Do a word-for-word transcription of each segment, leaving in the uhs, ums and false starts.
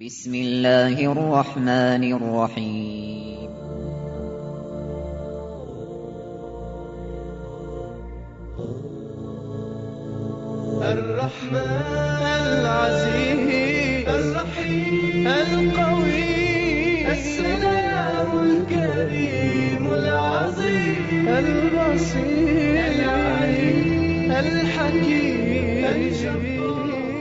بسم الله الرحمن الرحيم. الرحمن العزيز الرحيم القوي السلام الكريم العظيم البصير العليم الحكيم الجبار.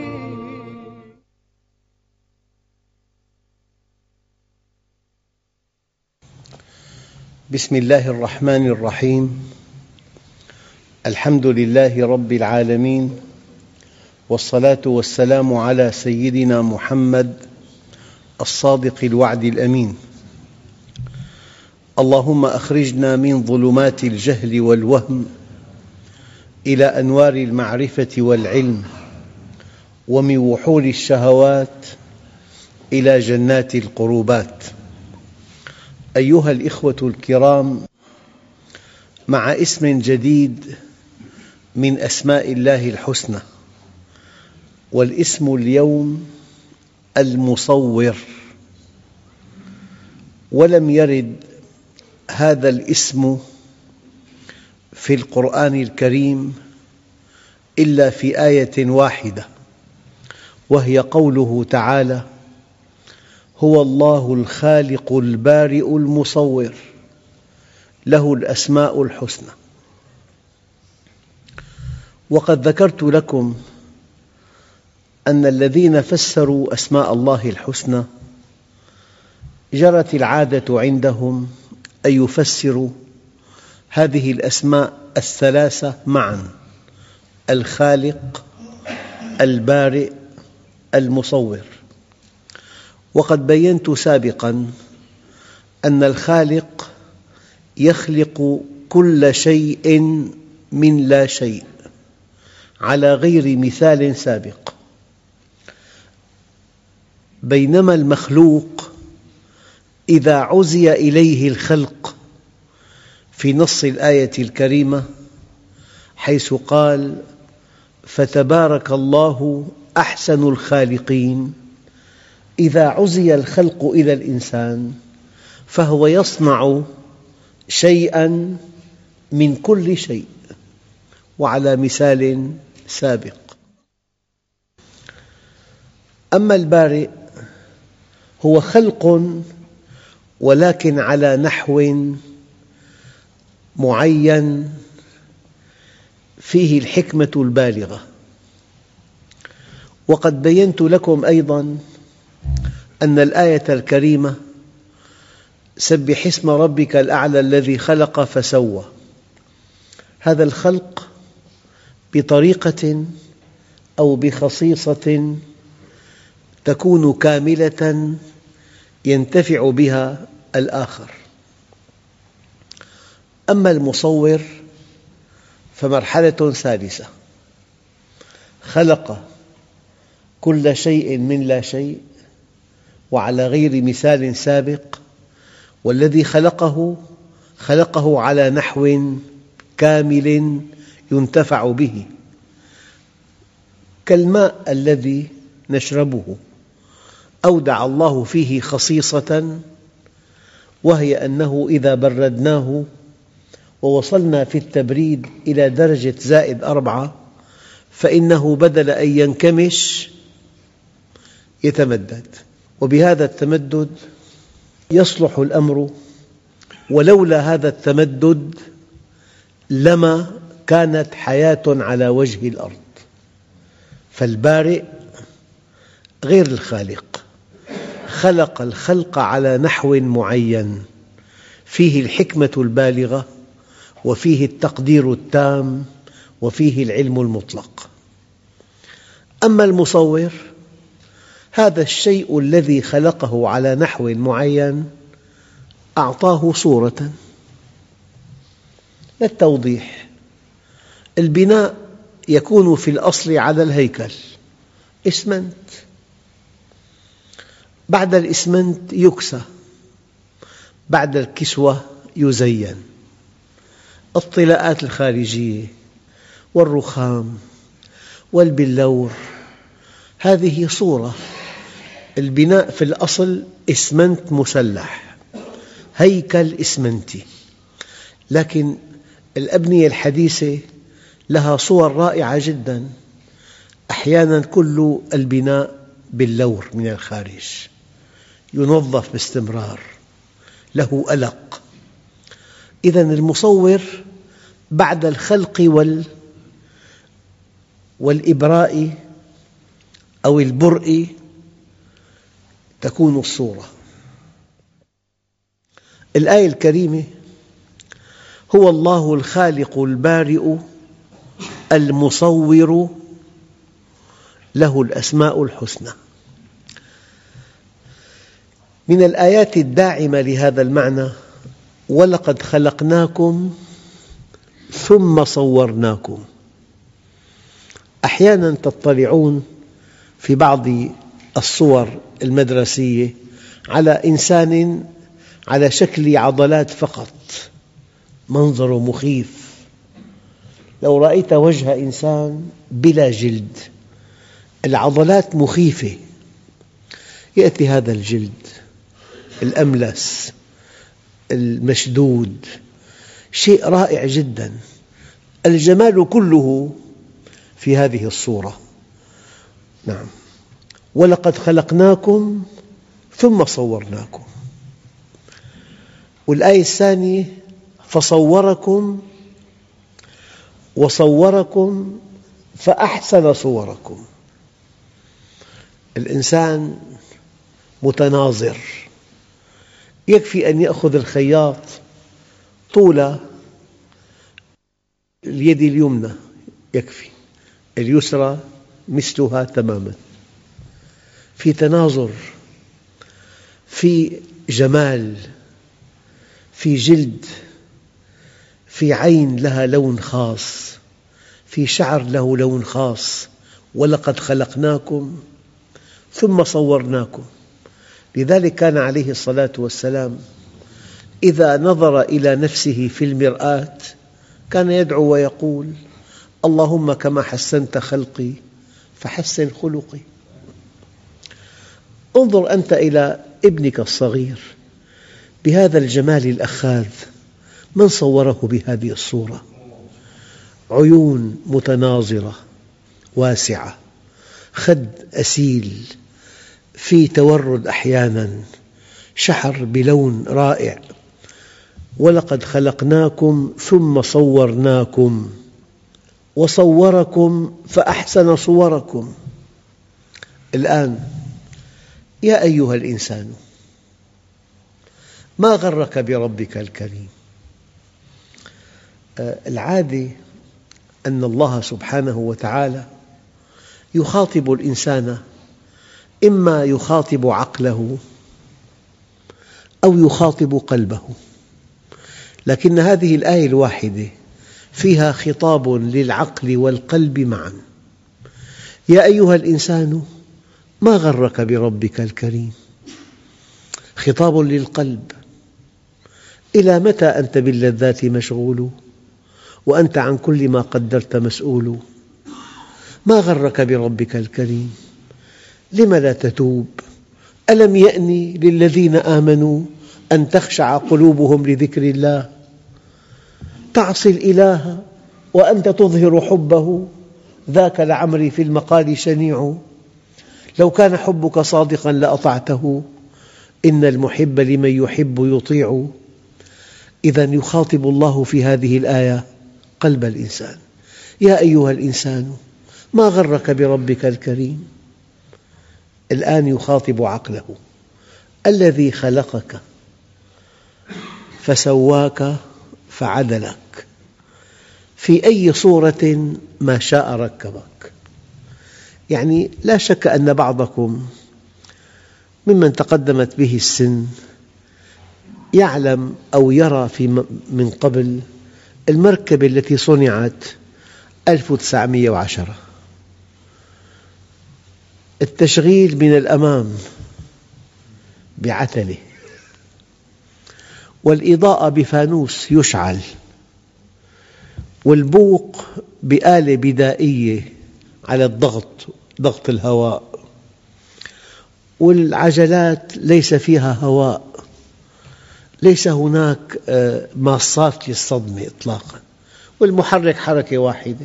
بسم الله الرحمن الرحيم. الحمد لله رب العالمين، والصلاة والسلام على سيدنا محمد الصادق الوعد الأمين. اللهم أخرجنا من ظلمات الجهل والوهم إلى أنوار المعرفة والعلم، ومن وحول الشهوات إلى جنات القربات. أيها الإخوة الكرام، مع اسم جديد من أسماء الله الحسنى، والاسم اليوم المصور. ولم يرد هذا الاسم في القرآن الكريم إلا في آية واحدة، وهي قوله تعالى: هو الله الخالق البارئ المصور له الأسماء الحسنى. وقد ذكرت لكم أن الذين فسروا أسماء الله الحسنى جرت العادة عندهم أن يفسروا هذه الأسماء الثلاثة معاً: الخالق، البارئ، المصور. وقد بينت سابقاً أن الخالق يخلق كل شيء من لا شيء على غير مثال سابق، بينما المخلوق إذا عزي إليه الخلق في نص الآية الكريمة حيث قال: فتبارك الله أحسن الخالقين، إذا عزي الخلق إلى الإنسان فهو يصنع شيئاً من كل شيء وعلى مثال سابق. أما البارئ هو خلق، ولكن على نحو معين فيه الحكمة البالغة. وقد بينت لكم أيضاً أن الآية الكريمة سبح اسم ربك الأعلى الذي خلق فسوى، هذا الخلق بطريقة أو بخصيصة تكون كاملة ينتفع بها الآخر. أما المصور فمرحلة ثالثة، خلق كل شيء من لا شيء وعلى غير مثال سابق، والذي خلقه خلقه على نحو كامل ينتفع به، كالماء الذي نشربه أودع الله فيه خصيصة، وهي أنه إذا بردناه ووصلنا في التبريد إلى درجة زائد أربعة فإنه بدل أن ينكمش يتمدد، وبهذا التمدد يصلح الأمر، ولولا هذا التمدد لما كانت حياة على وجه الأرض. فالبارئ غير الخالق، خلق الخلق على نحو معين فيه الحكمة البالغة، وفيه التقدير التام، وفيه العلم المطلق. أما المصور هذا الشيء الذي خلقه على نحو معين أعطاه صورة. للتوضيح، البناء يكون في الأصل على الهيكل إسمنت، بعد الإسمنت يكسى، بعد الكسوة يزين، الطلاءات الخارجية والرخام والبلور، هذه صورة البناء في الأصل إسمنت مسلح، هيكل إسمنتي، لكن الأبنية الحديثة لها صور رائعة جداً. أحياناً كل البناء باللور من الخارج، ينظف باستمرار، له ألق. إذن المصور بعد الخلق وال والإبراء أو البرء تكون الصورة. الآية الكريمة: هو الله الخالق البارئ المصور له الأسماء الحسنى. من الآيات الداعمة لهذا المعنى: ولقد خلقناكم ثم صورناكم. أحياناً تطلعون في بعض الصور المدرسية على إنسان على شكل عضلات فقط، منظره مخيف. لو رأيت وجه إنسان بلا جلد، العضلات مخيفة، يأتي هذا الجلد الأملس المشدود، شيء رائع جداً. الجمال كله في هذه الصورة. نعم، ولقد خلقناكم ثم صورناكم. والآية الثانية: فصوركم وصوركم فأحسن صوركم. الإنسان متناظر، يكفي أن يأخذ الخياط طول اليد اليمنى، يكفي اليسرى مثلها تماماً، في تناظر، في جمال، في جلد، في عين لها لون خاص، في شعر له لون خاص. ولقد خلقناكم ثم صورناكم. لذلك كان عليه الصلاة والسلام إذا نظر إلى نفسه في المرآة كان يدعو ويقول: اللهم كما حسنت خلقي فحسن خلقي. انظر أنت إلى ابنك الصغير بهذا الجمال الأخاذ، من صوره بهذه الصورة؟ عيون متناظرة واسعة، خد أسيل، في تورد أحياناً، شعر بلون رائع. ولقد خلقناكم ثم صورناكم وصوركم فأحسن صوركم. الآن يا أيها الإنسان، ما غرك بربك الكريم؟ العادة أن الله سبحانه وتعالى يخاطب الإنسان، إما يخاطب عقله أو يخاطب قلبه، لكن هذه الآية الواحدة فيها خطاب للعقل والقلب معاً. يا أيها الإنسان ما غرك بربك الكريم، خطاب للقلب. إلى متى أنت باللذات مشغول وأنت عن كل ما قدرت مسؤول؟ ما غرك بربك الكريم؟ لم لا تتوب؟ ألم يأن للذين آمنوا أن تخشع قلوبهم لذكر الله؟ تعصي الإله وأنت تظهر حبه، ذاك لعمري في المقال شنيع. لو كان حبك صادقاً لأطعته، إن المحب لمن يحب يطيع. إذن يخاطب الله في هذه الآية قلب الإنسان: يا أيها الإنسان ما غرك بربك الكريم. الآن يخاطب عقله: الذي خلقك فسواك فعدلك، في أي صورة ما شاء ركبك. يعني لا شك أن بعضكم ممن تقدمت به السن يعلم أو يرى في من قبل المركبة التي صنعت ألف وتسعمئة وعشرة، التشغيل من الأمام بعتلة، والإضاءة بفانوس يشعل، والبوق بآلة بدائية على الضغط، ضغط الهواء، والعجلات ليس فيها هواء، ليس هناك ماصات للصدمة إطلاقاً، والمحرك حركة واحدة.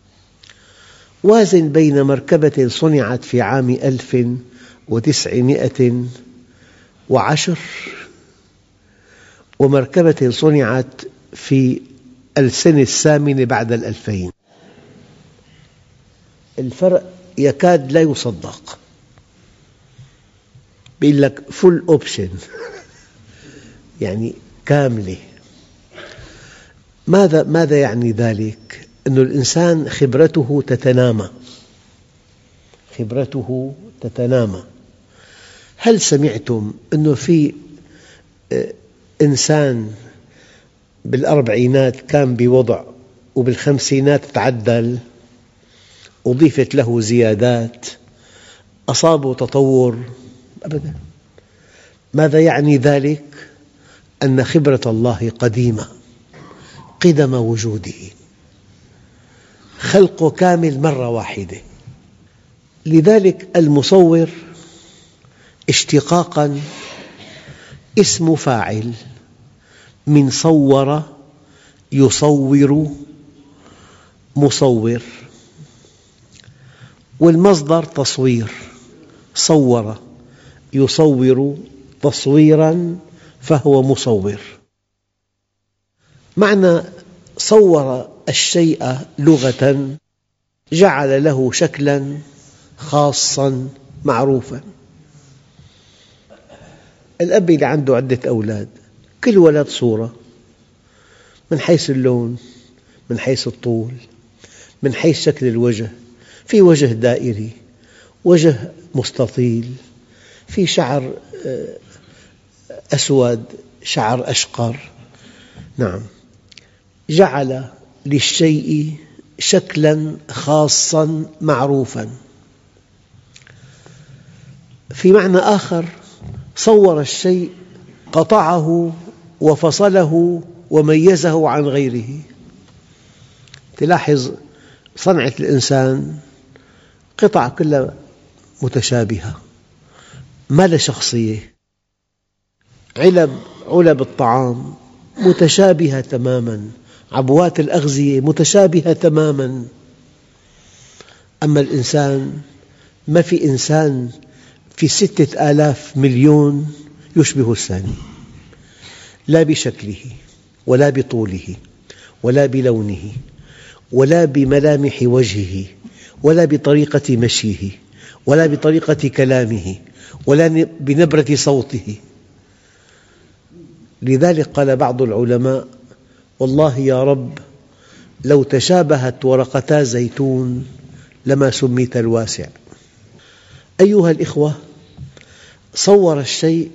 وازن بين مركبة صنعت في عام ألف وتسعمائة وعشرة ومركبة صنعت في السنة الثامنة بعد الألفين. الفرق يكاد لا يصدق. بيقول لك full option يعني كاملة. ماذا ماذا يعني ذلك؟ أن الإنسان خبرته تتنامى، خبرته تتنامى. هل سمعتم أنه في إنسان بالأربعينات كان بوضع وبالخمسينات تعدل، أضيفت له زيادات، أصابه تطور؟ أبداً. ماذا يعني ذلك؟ أن خبرة الله قديمة قدم وجوده، خلقه كامل مرة واحدة. لذلك المصور اشتقاقاً اسم فاعل من صور يصور مصور، والمصدر تصوير، صور يصور تصويراً فهو مصور. معنى صور الشيء لغة جعل له شكلاً خاصاً معروفاً. الأب اللي عنده عدة أولاد، كل ولد صورة، من حيث اللون، من حيث الطول، من حيث شكل الوجه. في وجه دائري، وجه مستطيل، في شعر أسود، شعر أشقر. نعم، جعل للشيء شكلاً خاصاً معروفاً. في معنى آخر صور الشيء قطعه وفصله وميزه عن غيره. تلاحظ صنعة الإنسان قطع كلها متشابهة، ما لها شخصية. علب علب الطعام متشابهة تماماً، عبوات الأغذية متشابهة تماماً. أما الإنسان ما في إنسان في ستة آلاف مليون يشبه الثاني، لا بشكله ولا بطوله ولا بلونه ولا بملامح وجهه ولا بطريقة مشيه ولا بطريقة كلامه ولا بنبرة صوته. لذلك قال بعض العلماء: والله يا رب لو تشابهت ورقتا زيتون لما سميت الواسع. أيها الإخوة، صور الشيء،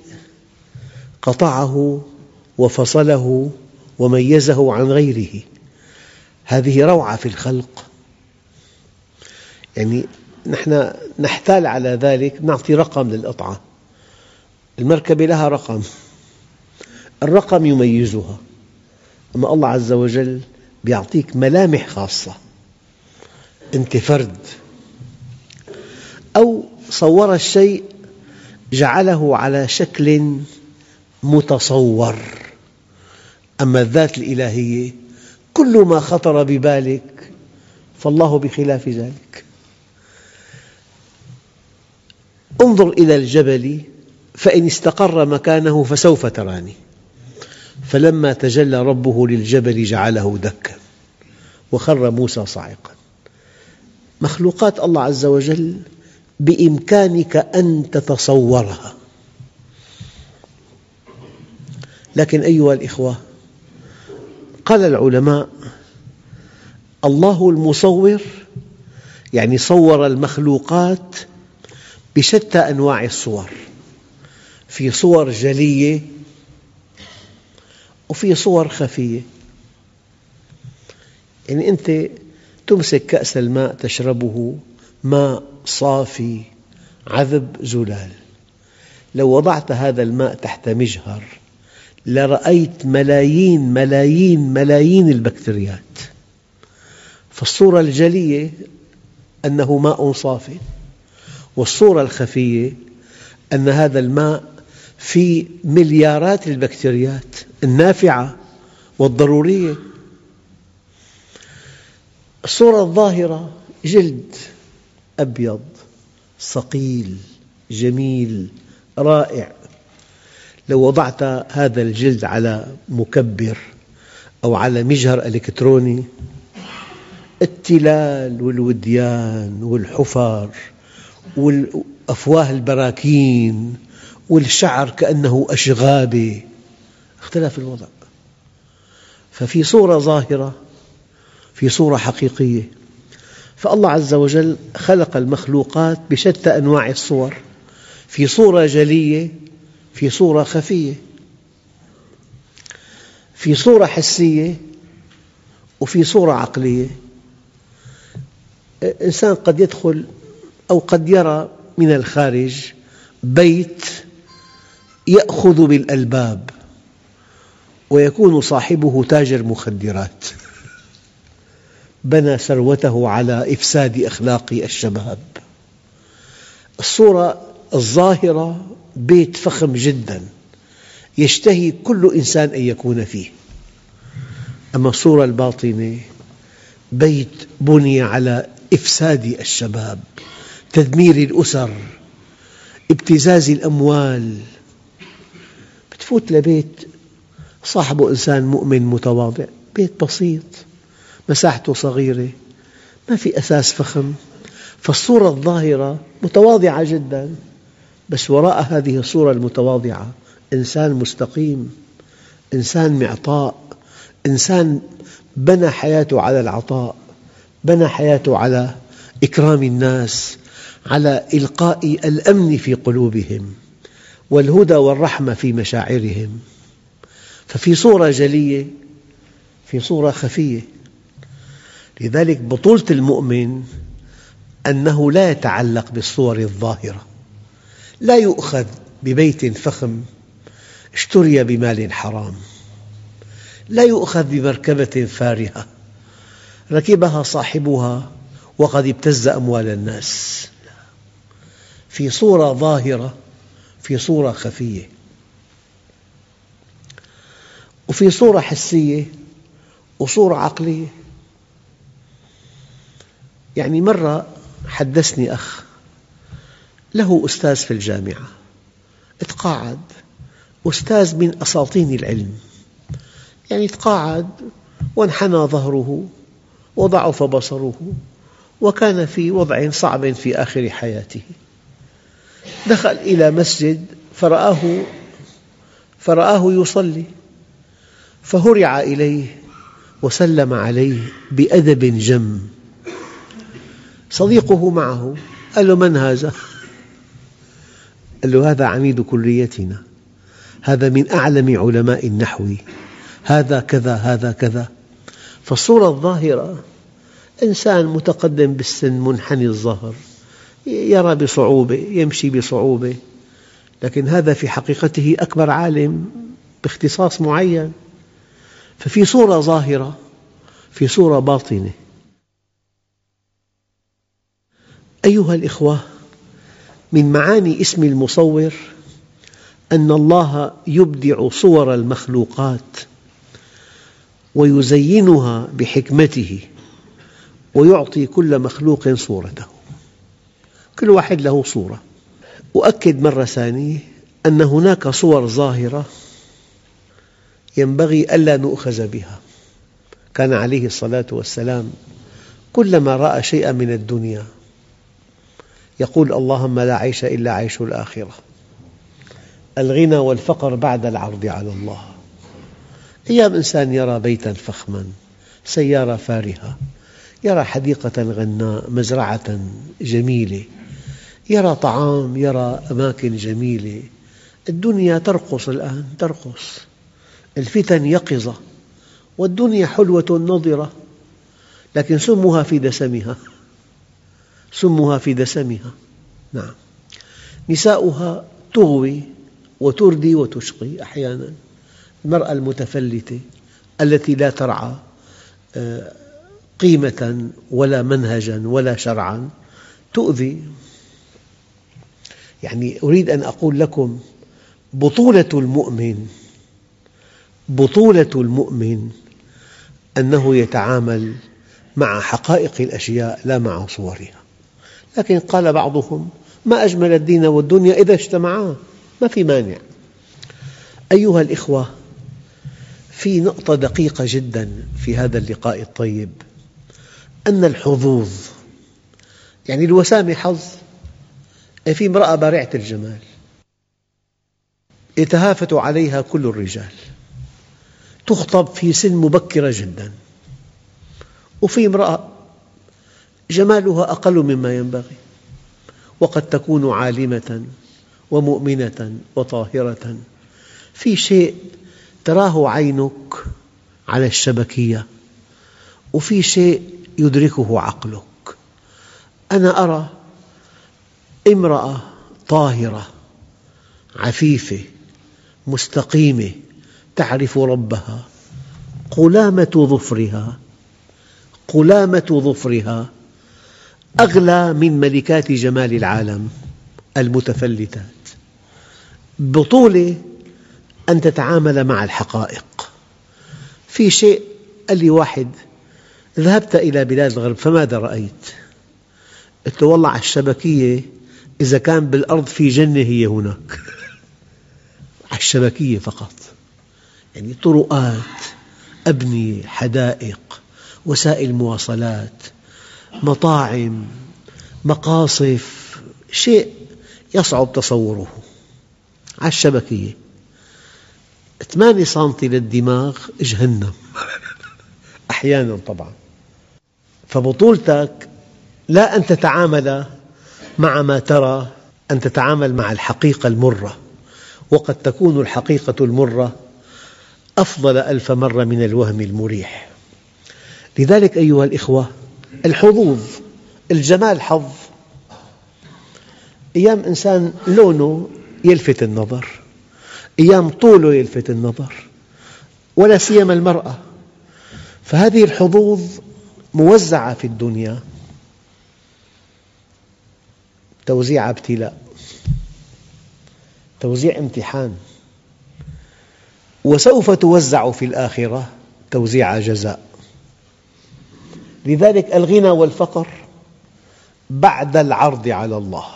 قطعه وفصله وميزه عن غيره. هذه روعة في الخلق. يعني نحن نحتال على ذلك، نعطي رقم للقطعة. المركبة لها رقم، الرقم يميزها، أما الله عز وجل يعطيك ملامح خاصة، أنت فرد. أو صور الشيء جعله على شكل متصور. أما الذات الإلهية كل ما خطر ببالك فالله بخلاف ذلك. انظر إلى الجبل فإن استقر مكانه فسوف تراني، فلما تجلى ربه للجبل جعله دكاً وخر موسى صاعقاً. مخلوقات الله عز وجل بإمكانك أن تتصورها. لكن أيها الإخوة، قال العلماء: الله المصور، يعني صور المخلوقات بشتى أنواع الصور. في صور جلية وفي صور خفية. يعني أنت تمسك كأس الماء تشربه، ماء صافي عذب زلال، لو وضعت هذا الماء تحت مجهر لرأيت ملايين ملايين ملايين البكتيريات. فالصورة الجلية أنه ماء صافٍ، والصورة الخفية أن هذا الماء فيه مليارات البكتيريات النافعة والضرورية. الصورة الظاهرة جلد أبيض صقيل جميل رائع. لو وضعت هذا الجلد على مكبر أو على مجهر إلكتروني، التلال والوديان والحفر والأفواه البراكين والشعر كأنه أشغابة، اختلف الوضع. ففي صورة ظاهرة، في صورة حقيقية. فالله عز وجل خلق المخلوقات بشتى أنواع الصور، في صورة جلية، في صورة خفية، في صورة حسية، وفي صورة عقلية. الإنسان قد يدخل أو قد يرى من الخارج بيت يأخذ بالألباب ويكون صاحبه تاجر مخدرات، بنى ثروته على إفساد أخلاق الشباب. الصورة الظاهرة بيت فخم جدا يشتهي كل إنسان أن يكون فيه، أما الصورة الباطنة بيت بني على إفساد الشباب، تدمير الأسر، ابتزاز الأموال. بتفوت لبيت صاحبه إنسان مؤمن متواضع، بيت بسيط مساحته صغيرة، ما في أساس فخم. فالصورة الظاهرة متواضعة جدا، بس وراء هذه الصورة المتواضعة إنسان مستقيم، إنسان معطاء، إنسان بنى حياته على العطاء، بنى حياته على إكرام الناس، على إلقاء الأمن في قلوبهم والهدى والرحمة في مشاعرهم. ففي صورة جلية، في صورة خفية. لذلك بطولة المؤمن أنه لا يتعلق بالصور الظاهرة، لا يؤخذ ببيت فخم اشتري بمال حرام، لا يؤخذ بمركبة فارهة ركبها صاحبها وقد ابتز أموال الناس. في صورة ظاهرة، في صورة خفية، وفي صورة حسية وصورة عقلية. يعني مرة حدثني أخ له أستاذ في الجامعة، اتقاعد، أستاذ من أساطين العلم، يعني تقاعد وانحنى ظهره وضعف بصره وكان في وضع صعب في آخر حياته. دخل إلى مسجد فرآه فرآه يصلي، فهرع إليه وسلم عليه بأدب جم. صديقه معه قال له: من هذا؟ قال له: هذا عميد كليتنا، هذا من أعلم علماء النحو، هذا كذا هذا كذا. فالصورة الظاهرة إنسان متقدم بالسن منحني الظهر، يرى بصعوبة، يمشي بصعوبة، لكن هذا في حقيقته أكبر عالم باختصاص معين. ففي صورة ظاهرة، في صورة باطنة. أيها الإخوة، من معاني اسم المصور أن الله يبدع صور المخلوقات ويزينها بحكمته ويعطي كل مخلوق صورته، كل واحد له صورة. أؤكد مرة ثانية أن هناك صور ظاهرة ينبغي ألا نؤخذ بها. كان عليه الصلاة والسلام كلما رأى شيئا من الدنيا يقول: اللهم لا عيش إلا عيش الآخرة، الغنى والفقر بعد العرض على الله. أيام إنسان يرى بيتا فخما، سيارة فارهة، يرى حديقة غناء، مزرعة جميلة، يرى طعام، يرى أماكن جميلة. الدنيا ترقص الآن، ترقص، الفتن يقظة، والدنيا حلوة نضرة، لكن سمها في دسمها، سمها في دسمها. نعم، نساؤها تغوي وتردي وتشقي أحيانا. المرأة المتفلتة التي لا ترعى قيمة ولا منهجا ولا شرعا تؤذي. يعني أريد أن أقول لكم بطولة المؤمن بطولة المؤمن أنه يتعامل مع حقائق الأشياء لا مع صورها. لكن قال بعضهم ما أجمل الدين والدنيا إذا اجتمعا، ما في مانع. أيها الإخوة، في نقطة دقيقة جدا في هذا اللقاء الطيب، أن الحظوظ يعني الوسامة حظ. في امرأة بارعة الجمال يتهافت عليها كل الرجال، تخطب في سن مبكرة جدا، وفي امرأة جمالها أقل مما ينبغي، وقد تكون عالمة ومؤمنة وطاهرة. في شيء تراه عينك على الشبكية، وفي شيء يدركه عقلك. أنا أرى امرأة طاهرة عفيفة مستقيمة تعرف ربها، قلامة ظفرها قلامة ظفرها أغلى من ملكات جمال العالم المتفلتات. بطولة أن تتعامل مع الحقائق. في شيء قال لي واحد ذهبت إلى بلاد الغرب فماذا رأيت؟ قلت له والله على الشبكية إذا كان بالأرض في جنة هي هناك. على الشبكية فقط، يعني طرقات، أبنية، حدائق، وسائل مواصلات، مطاعم، مقاصف، شيء يصعب تصوره. على الشبكية ثمانية سنتي للدماغ جهنم أحيانا طبعا. فبطولتك لا أن تتعامل مع ما ترى، أن تتعامل مع الحقيقة المرة، وقد تكون الحقيقة المرة أفضل ألف مرة من الوهم المريح. لذلك أيها الإخوة، الحظوظ، الجمال حظ. أيام إنسان لونه يلفت النظر، أيام طوله يلفت النظر، ولا سيما المرأة. فهذه الحظوظ موزعة في الدنيا توزيع ابتلاء، توزيع امتحان، وسوف توزع في الآخرة توزيع جزاء. لذلك الغنى والفقر بعد العرض على الله،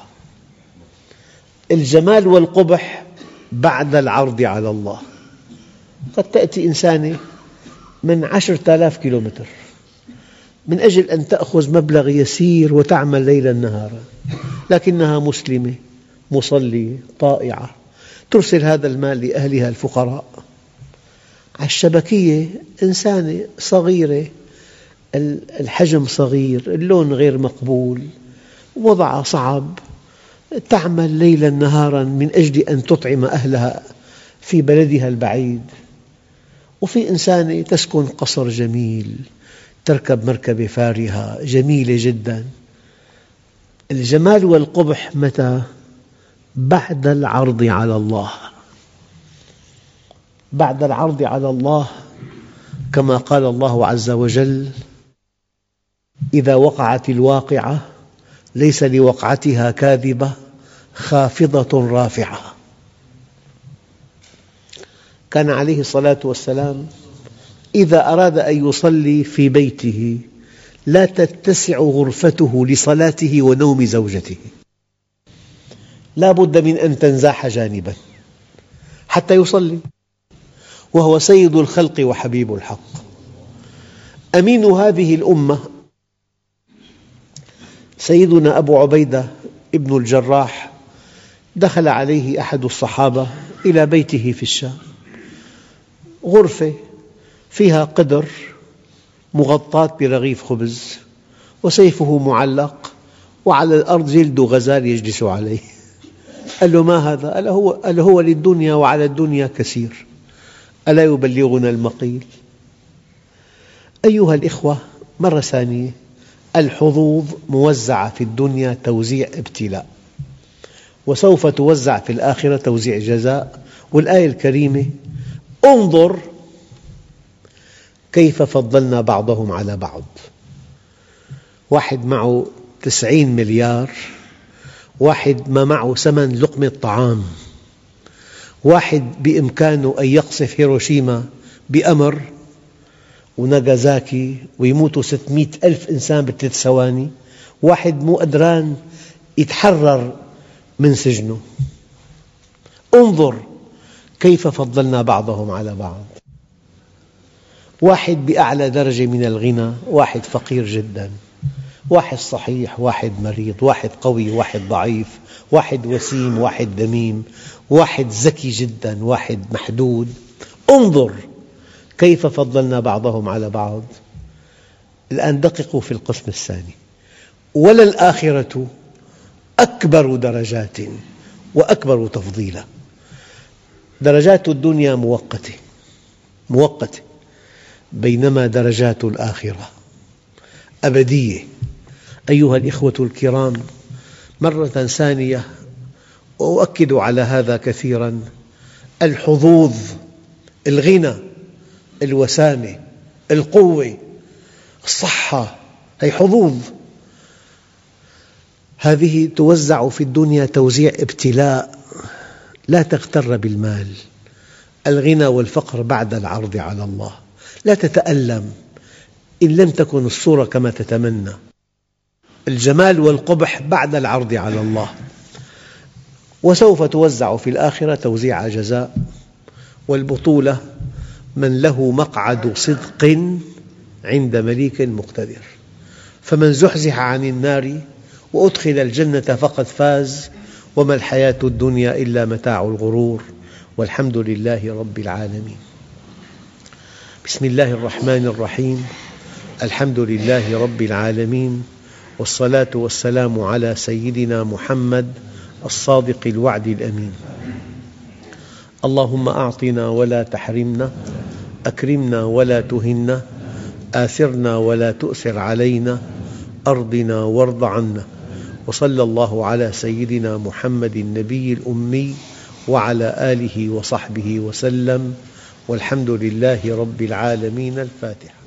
الجمال والقبح بعد العرض على الله. قد تأتي إنسانة من عشرة آلاف كيلومتر من أجل أن تأخذ مبلغ يسير وتعمل ليلا نهارا، لكنها مسلمة مصلية طائعة، ترسل هذا المال لأهلها الفقراء. على الشبكية إنسانة صغيرة، الحجم صغير، اللون غير مقبول، وضعها صعب، تعمل ليلا نهارا من أجل أن تطعم أهلها في بلدها البعيد. وفي إنسانة تسكن قصر جميل، تركب مركبة فارهة جميلة جدا. الجمال والقبح متى؟ بعد العرض على الله. بعد العرض على الله، كما قال الله عز وجل: إذا وقعت الواقعة ليس لوقعتها كاذبة خافضة رافعة. كان عليه الصلاة والسلام إذا أراد أن يصلي في بيته لا تتسع غرفته لصلاته ونوم زوجته، لا بد من أن تنزاح جانبا حتى يصلي، وهو سيد الخلق وحبيب الحق. أمين هذه الأمة سيدنا أبو عبيدة ابن الجراح، دخل عليه أحد الصحابة إلى بيته في الشام، غرفة فيها قدر مغطاة برغيف خبز، وسيفه معلق، وعلى الأرض جلد غزال يجلس عليه. قال له: ما هذا؟ قال هو, قال هو للدنيا وعلى الدنيا كثير، ألا يبلغنا المقيل؟ أيها الإخوة، مرة ثانية، الحظوظ موزعة في الدنيا توزيع ابتلاء، وسوف توزع في الآخرة توزيع جزاء. والآية الكريمة: انظر كيف فضلنا بعضهم على بعض. واحد معه تسعين مليار واحد ما معه ثمن لقمة طعام، واحد بإمكانه أن يقصف هيروشيما بأمر وناغازاكي ويموتوا ستمئة ألف إنسان بثلاث ثواني، واحد مو قدران يتحرر من سجنه. انظر كيف فضلنا بعضهم على بعض، واحد بأعلى درجة من الغنى، واحد فقير جدا، واحد صحيح، واحد مريض، واحد قوي، واحد ضعيف، واحد وسيم، واحد دميم، واحد ذكي جدا، واحد محدود. انظر كيف فضلنا بعضهم على بعض. الآن دققوا في القسم الثاني: وللآخرة أكبر درجات وأكبر تفضيلا. درجات الدنيا مؤقتة مؤقتة، بينما درجات الآخرة أبدية. أيها الإخوة الكرام، مرة ثانية وأؤكد على هذا كثيرا: الحظوظ، الغنى، الوسامة، القوة، الصحة، هي حظوظ، هذه توزع في الدنيا توزيع ابتلاء. لا تغتر بالمال. الغنى والفقر بعد العرض على الله. لا تتألم إن لم تكن الصورة كما تتمنى. الجمال والقبح بعد العرض على الله، وسوف توزع في الآخرة توزيع جزاء. والبطولة من له مقعد صدق عند مليك مقتدر. فمن زحزح عن النار وأدخل الجنة فقد فاز، وما الحياة الدنيا إلا متاع الغرور، والحمد لله رب العالمين. بسم الله الرحمن الرحيم. الحمد لله رب العالمين، والصلاة والسلام على سيدنا محمد الصادق الوعد الأمين. اللهم أعطنا ولا تحرمنا، أكرمنا ولا تهنا، آثرنا ولا تؤثر علينا، أرضنا وارض عنا. وصلى الله على سيدنا محمد النبي الأمي وعلى آله وصحبه وسلم، والحمد لله رب العالمين. الفاتحة.